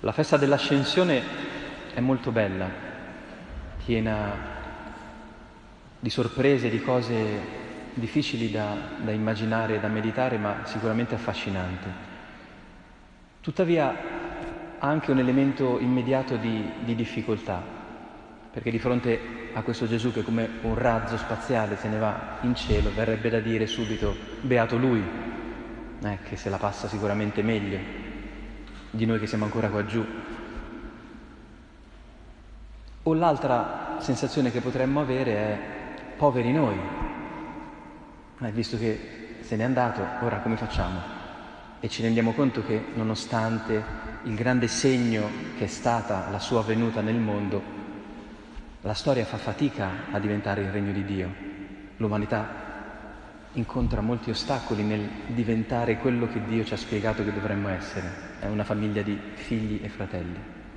La festa dell'Ascensione è molto bella, piena di sorprese, di cose difficili da immaginare e da meditare, ma sicuramente affascinante. Tuttavia ha anche un elemento immediato di difficoltà, perché di fronte a questo Gesù che come un razzo spaziale se ne va in cielo, verrebbe da dire subito beato lui, che se la passa sicuramente meglio di noi che siamo ancora qua giù. O l'altra sensazione che potremmo avere è poveri noi, visto che se n'è andato, ora come facciamo? E ci rendiamo conto che nonostante il grande segno che è stata la sua venuta nel mondo, la storia fa fatica a diventare il regno di Dio. L'umanità incontra molti ostacoli nel diventare quello che Dio ci ha spiegato che dovremmo essere. È una famiglia di figli e fratelli.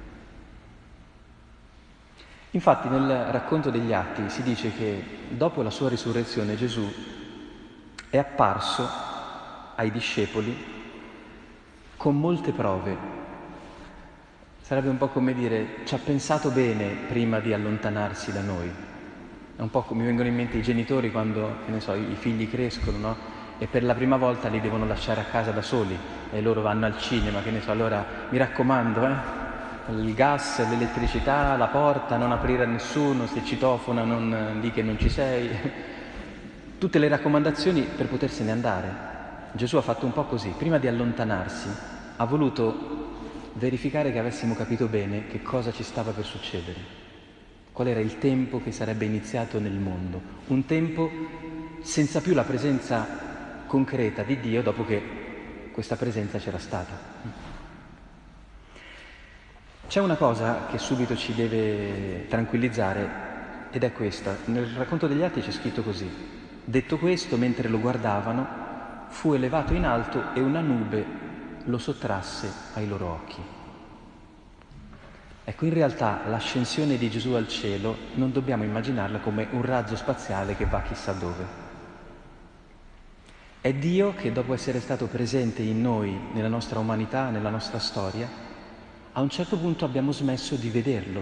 Infatti nel racconto degli Atti si dice che dopo la sua risurrezione Gesù è apparso ai discepoli con molte prove. Sarebbe un po' come dire, ci ha pensato bene prima di allontanarsi da noi. È un po' come mi vengono in mente i genitori quando, che ne so, i figli crescono, no? E per la prima volta li devono lasciare a casa da soli e loro vanno al cinema, che ne so, allora mi raccomando, il gas, l'elettricità, la porta, non aprire a nessuno, se citofona non di che non ci sei. Tutte le raccomandazioni per potersene andare. Gesù ha fatto un po' così, prima di allontanarsi ha voluto verificare che avessimo capito bene che cosa ci stava per succedere. Qual era il tempo che sarebbe iniziato nel mondo? Un tempo senza più la presenza concreta di Dio dopo che questa presenza c'era stata. C'è una cosa che subito ci deve tranquillizzare ed è questa. Nel racconto degli Atti c'è scritto così: detto questo, mentre lo guardavano, fu elevato in alto e una nube lo sottrasse ai loro occhi. Ecco, in realtà l'ascensione di Gesù al cielo non dobbiamo immaginarla come un razzo spaziale che va chissà dove. È Dio che dopo essere stato presente in noi, nella nostra umanità, nella nostra storia, a un certo punto abbiamo smesso di vederlo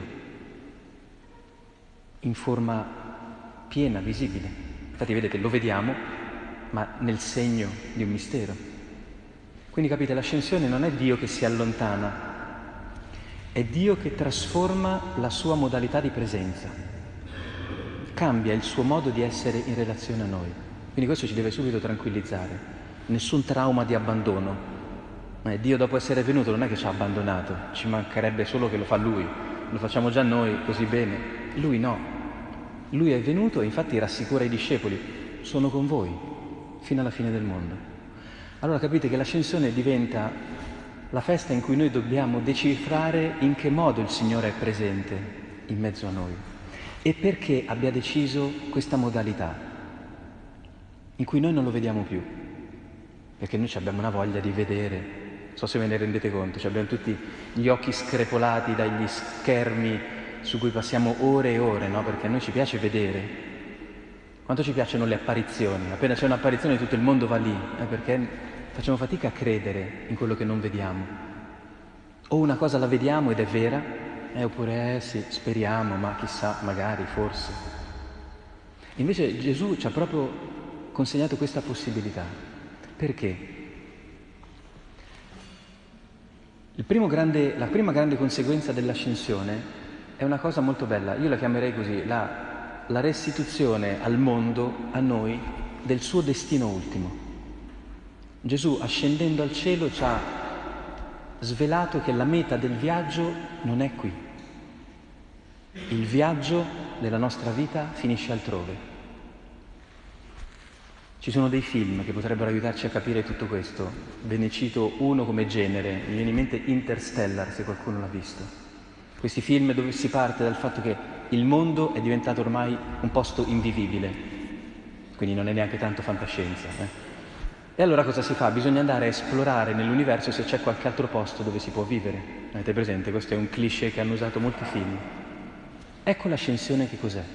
in forma piena, visibile. Infatti vedete, lo vediamo, ma nel segno di un mistero. Quindi capite, l'ascensione non è Dio che si allontana, è Dio che trasforma la sua modalità di presenza, cambia il suo modo di essere in relazione a noi. Quindi questo ci deve subito tranquillizzare. Nessun trauma di abbandono. Dio dopo essere venuto non è che ci ha abbandonato, ci mancherebbe solo che lo fa Lui, lo facciamo già noi così bene. Lui no. Lui è venuto e infatti rassicura i discepoli, sono con voi fino alla fine del mondo. Allora capite che l'ascensione diventa la festa in cui noi dobbiamo decifrare in che modo il Signore è presente in mezzo a noi e perché abbia deciso questa modalità in cui noi non lo vediamo più, perché noi abbiamo una voglia di vedere, non so se ve ne rendete conto, abbiamo tutti gli occhi screpolati dagli schermi su cui passiamo ore e ore, no? Perché a noi ci piace vedere. Quanto ci piacciono le apparizioni? Appena c'è un'apparizione tutto il mondo va lì, perché facciamo fatica a credere in quello che non vediamo. O una cosa la vediamo ed è vera, oppure sì, speriamo, ma chissà, magari, forse. Invece Gesù ci ha proprio consegnato questa possibilità. Perché? La prima grande conseguenza dell'ascensione è una cosa molto bella, io la chiamerei così, la restituzione al mondo, a noi, del suo destino ultimo. Gesù, ascendendo al cielo, ci ha svelato che la meta del viaggio non è qui. Il viaggio della nostra vita finisce altrove. Ci sono dei film che potrebbero aiutarci a capire tutto questo. Ve ne cito uno come genere, mi viene in mente Interstellar, se qualcuno l'ha visto. Questi film dove si parte dal fatto che il mondo è diventato ormai un posto invivibile, quindi non è neanche tanto fantascienza. E allora cosa si fa? Bisogna andare a esplorare nell'universo se c'è qualche altro posto dove si può vivere. Avete presente? Questo è un cliché che hanno usato molti film. Ecco l'ascensione che cos'è?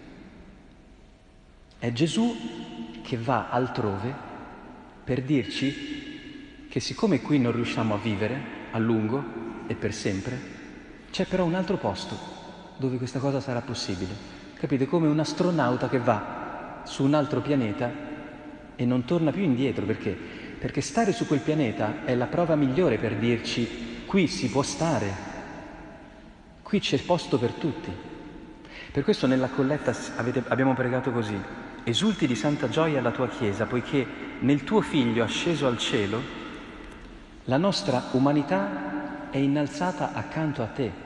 È Gesù che va altrove per dirci che siccome qui non riusciamo a vivere a lungo, e per sempre, c'è però un altro posto dove questa cosa sarà possibile. Capite? Come un astronauta che va su un altro pianeta e non torna più indietro. Perché? Perché stare su quel pianeta è la prova migliore per dirci: qui si può stare, qui c'è posto per tutti. Per questo nella colletta abbiamo pregato così: esulti di santa gioia la tua Chiesa, poiché nel tuo Figlio asceso al cielo la nostra umanità è innalzata accanto a te.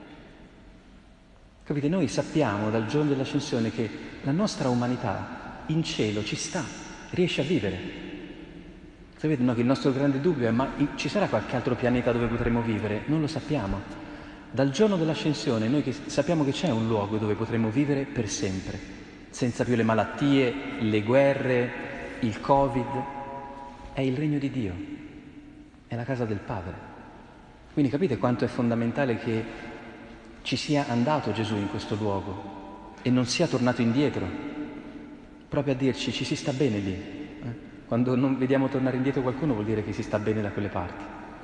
Capite? Noi sappiamo dal giorno dell'ascensione che la nostra umanità in cielo ci sta, riesce a vivere. Sapete, no, che il nostro grande dubbio è: ma ci sarà qualche altro pianeta dove potremo vivere? Non lo sappiamo. Dal giorno dell'ascensione noi sappiamo che c'è un luogo dove potremo vivere per sempre, senza più le malattie, le guerre, il Covid. È il regno di Dio, è la casa del Padre. Quindi capite quanto è fondamentale che ci sia andato Gesù in questo luogo e non sia tornato indietro, proprio a dirci: ci si sta bene lì. Quando non vediamo tornare indietro qualcuno vuol dire che si sta bene da quelle parti.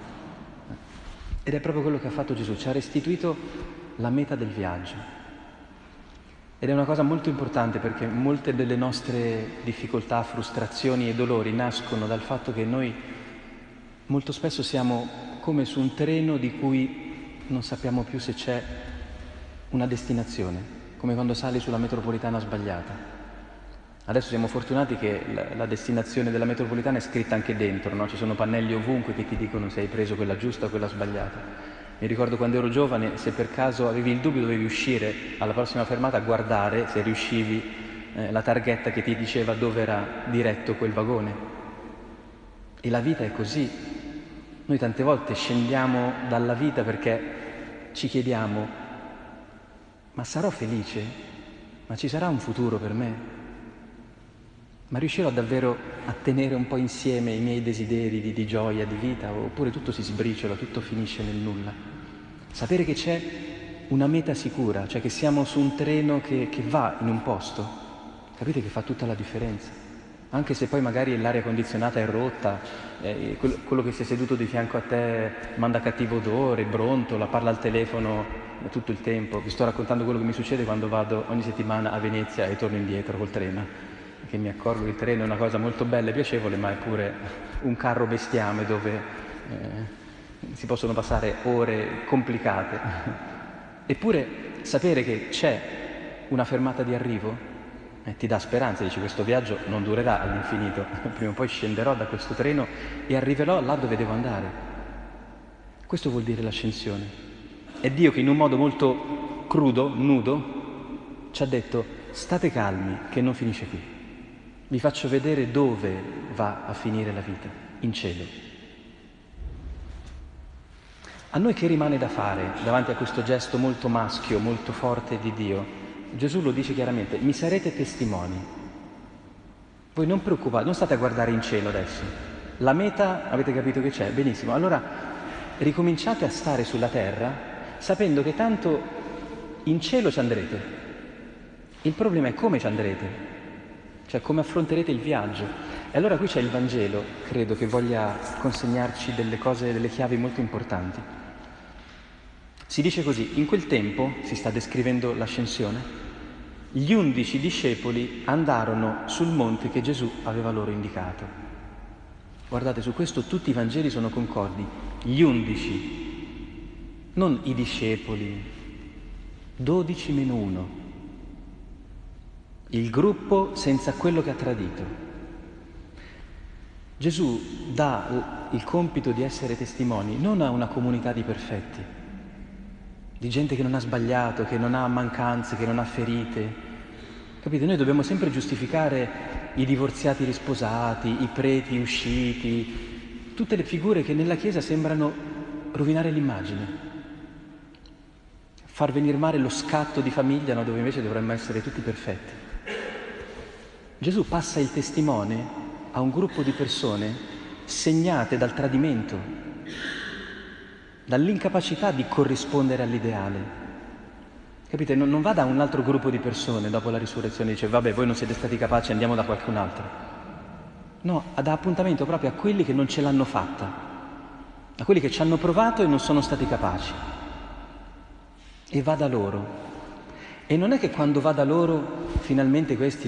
Ed è proprio quello che ha fatto Gesù, ci ha restituito la meta del viaggio. Ed è una cosa molto importante, perché molte delle nostre difficoltà, frustrazioni e dolori nascono dal fatto che noi molto spesso siamo come su un treno di cui non sappiamo più se c'è una destinazione, come quando sali sulla metropolitana sbagliata. Adesso siamo fortunati che la destinazione della metropolitana è scritta anche dentro, no? Ci sono pannelli ovunque che ti dicono se hai preso quella giusta o quella sbagliata. Mi ricordo quando ero giovane, se per caso avevi il dubbio dovevi uscire alla prossima fermata a guardare se riuscivi la targhetta che ti diceva dove era diretto quel vagone. E la vita è così. Noi tante volte scendiamo dalla vita perché ci chiediamo: ma sarò felice? Ma ci sarà un futuro per me? Ma riuscirò davvero a tenere un po' insieme i miei desideri di gioia, di vita, oppure tutto si sbriciola, tutto finisce nel nulla? Sapere che c'è una meta sicura, cioè che siamo su un treno che va in un posto, capite che fa tutta la differenza. Anche se poi magari l'aria condizionata è rotta, quello che si è seduto di fianco a te manda cattivo odore, brontola, parla al telefono tutto il tempo. Vi sto raccontando quello che mi succede quando vado ogni settimana a Venezia e torno indietro col treno. Che mi accorgo che il treno è una cosa molto bella e piacevole, ma è pure un carro bestiame dove si possono passare ore complicate. Eppure sapere che c'è una fermata di arrivo ti dà speranza, dici: questo viaggio non durerà all'infinito, prima o poi scenderò da questo treno e arriverò là dove devo andare. Questo vuol dire l'ascensione. È Dio che in un modo molto crudo, nudo, ci ha detto: state calmi che non finisce qui. Vi faccio vedere dove va a finire la vita, in cielo. A noi che rimane da fare davanti a questo gesto molto maschio, molto forte di Dio? Gesù lo dice chiaramente: mi sarete testimoni. Voi non preoccupate, non state a guardare in cielo adesso. La meta avete capito che c'è? Benissimo. Allora ricominciate a stare sulla terra sapendo che tanto in cielo ci andrete. Il problema è come ci andrete. Cioè come affronterete il viaggio. E allora qui c'è il Vangelo, credo, che voglia consegnarci delle cose, delle chiavi molto importanti. Si dice così: in quel tempo, si sta descrivendo l'ascensione, gli 11 discepoli andarono sul monte che Gesù aveva loro indicato. Guardate, su questo tutti i Vangeli sono concordi. Gli 11, non i discepoli, 12 meno 1. Il gruppo senza quello che ha tradito. Gesù dà il compito di essere testimoni non a una comunità di perfetti, di gente che non ha sbagliato, che non ha mancanze, che non ha ferite. Capite? Noi dobbiamo sempre giustificare i divorziati risposati, i preti usciti, tutte le figure che nella Chiesa sembrano rovinare l'immagine, far venir male lo scatto di famiglia, no? Dove invece dovremmo essere tutti perfetti. Gesù passa il testimone a un gruppo di persone segnate dal tradimento, dall'incapacità di corrispondere all'ideale. Capite? Non va da un altro gruppo di persone dopo la risurrezione e dice: vabbè, voi non siete stati capaci, andiamo da qualcun altro. No, dà appuntamento proprio a quelli che non ce l'hanno fatta. a quelli che ci hanno provato e non sono stati capaci. E va da loro. E non è che quando va da loro finalmente questi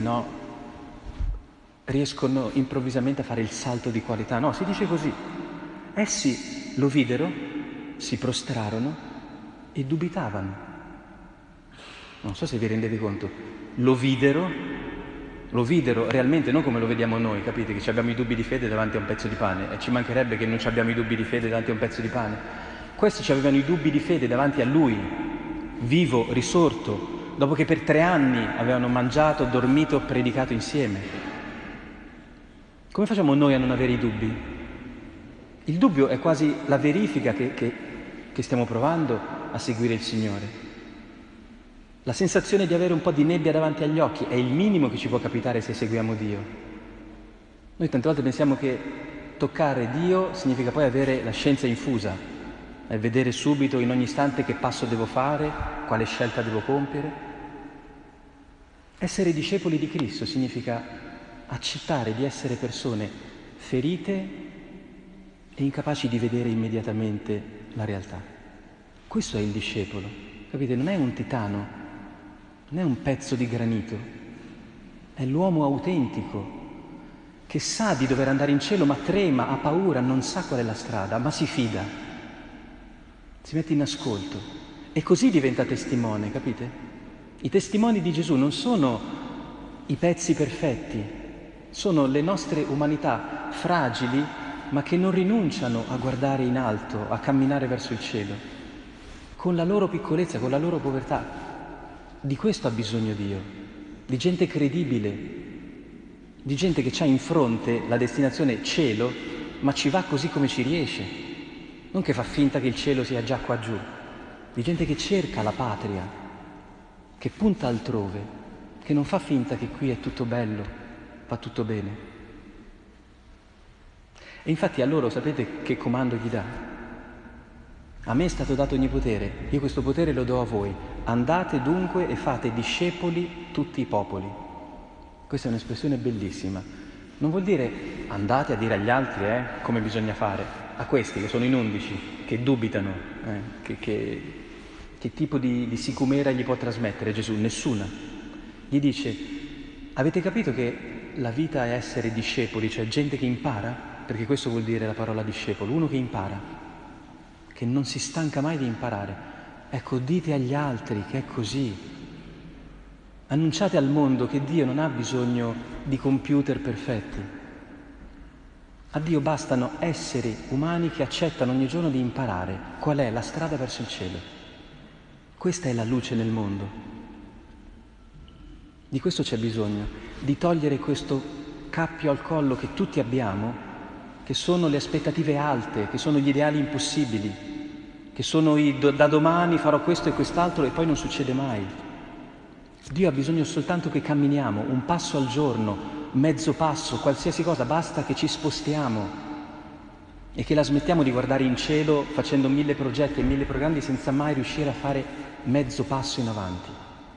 riescono improvvisamente a fare il salto di qualità. No, si dice così. Essi lo videro, si prostrarono e dubitavano. Non so se vi rendete conto. Lo videro realmente, non come lo vediamo noi, capite? Che abbiamo i dubbi di fede davanti a un pezzo di pane, e ci mancherebbe che non abbiamo i dubbi di fede davanti a un pezzo di pane. Questi avevano i dubbi di fede davanti a Lui, vivo, risorto, dopo che per 3 anni avevano mangiato, dormito, predicato insieme. Come facciamo noi a non avere i dubbi? Il dubbio è quasi la verifica che stiamo provando a seguire il Signore. La sensazione di avere un po' di nebbia davanti agli occhi è il minimo che ci può capitare se seguiamo Dio. Noi tante volte pensiamo che toccare Dio significa poi avere la scienza infusa, e vedere subito in ogni istante che passo devo fare, quale scelta devo compiere. Essere discepoli di Cristo significa accettare di essere persone ferite e incapaci di vedere immediatamente la realtà. Questo è il discepolo, capite? Non è un titano, non è un pezzo di granito, è l'uomo autentico che sa di dover andare in cielo ma trema, ha paura, non sa qual è la strada, ma si fida, si mette in ascolto e così diventa testimone, capite? I testimoni di Gesù non sono i pezzi perfetti, sono le nostre umanità fragili ma che non rinunciano a guardare in alto, a camminare verso il cielo, con la loro piccolezza, con la loro povertà. Di questo ha bisogno Dio, di gente credibile, di gente che ha in fronte la destinazione cielo, ma ci va così come ci riesce, non che fa finta che il cielo sia già qua giù, di gente che cerca la patria, che punta altrove, che non fa finta che qui è tutto bello, va tutto bene. E infatti a loro sapete che comando gli dà? A me è stato dato ogni potere, io questo potere lo do a voi. Andate dunque e fate discepoli tutti i popoli. Questa è un'espressione bellissima. Non vuol dire andate a dire agli altri come bisogna fare, a questi che sono in 11, che dubitano, che tipo di sicumera gli può trasmettere Gesù? Nessuna. Gli dice, avete capito che la vita è essere discepoli, cioè gente che impara? Perché questo vuol dire la parola discepolo, uno che impara, che non si stanca mai di imparare. Ecco, dite agli altri che è così. Annunciate al mondo che Dio non ha bisogno di computer perfetti. A Dio bastano esseri umani che accettano ogni giorno di imparare qual è la strada verso il cielo. Questa è la luce nel mondo. Di questo c'è bisogno, di togliere questo cappio al collo che tutti abbiamo, che sono le aspettative alte, che sono gli ideali impossibili, che sono da domani farò questo e quest'altro e poi non succede mai. Dio ha bisogno soltanto che camminiamo un passo al giorno, mezzo passo, qualsiasi cosa, basta che ci spostiamo e che la smettiamo di guardare in cielo facendo 1000 progetti e 1000 programmi senza mai riuscire a fare mezzo passo in avanti.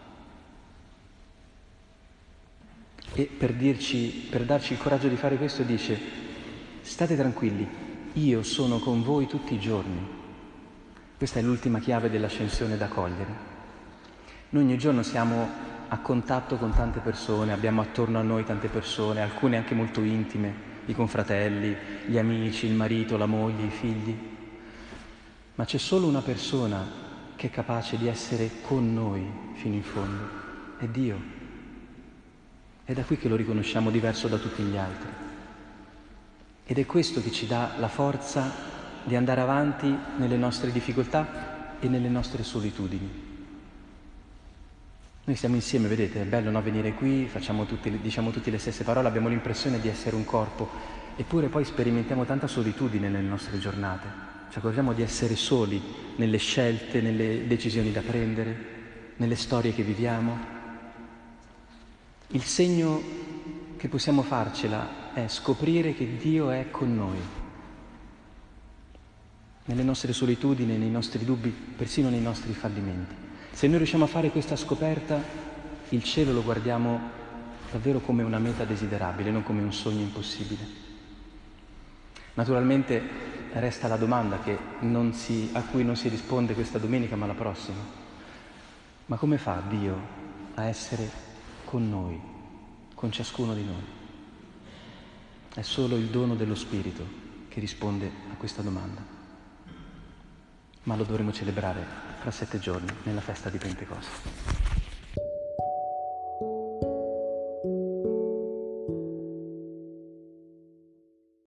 E per darci il coraggio di fare questo dice: state tranquilli, io sono con voi tutti i giorni. Questa è l'ultima chiave dell'ascensione da cogliere. Noi ogni giorno siamo a contatto con tante persone, abbiamo attorno a noi tante persone, alcune anche molto intime, i confratelli, gli amici, il marito, la moglie, i figli. Ma c'è solo una persona che è capace di essere con noi fino in fondo, è Dio. È da qui che lo riconosciamo diverso da tutti gli altri. Ed è questo che ci dà la forza di andare avanti nelle nostre difficoltà e nelle nostre solitudini. Noi stiamo insieme, vedete, è bello venire qui, diciamo tutte le stesse parole, abbiamo l'impressione di essere un corpo, eppure poi sperimentiamo tanta solitudine nelle nostre giornate, ci accorgiamo di essere soli nelle scelte, nelle decisioni da prendere, nelle storie che viviamo. Il segno che possiamo farcela è scoprire che Dio è con noi, nelle nostre solitudini, nei nostri dubbi, persino nei nostri fallimenti. Se noi riusciamo a fare questa scoperta, il cielo lo guardiamo davvero come una meta desiderabile, non come un sogno impossibile. Naturalmente resta la domanda a cui non si risponde questa domenica ma la prossima. Ma come fa Dio a essere con noi, con ciascuno di noi? È solo il dono dello Spirito che risponde a questa domanda. Ma lo dovremo celebrare fra 7 giorni, nella festa di Pentecoste.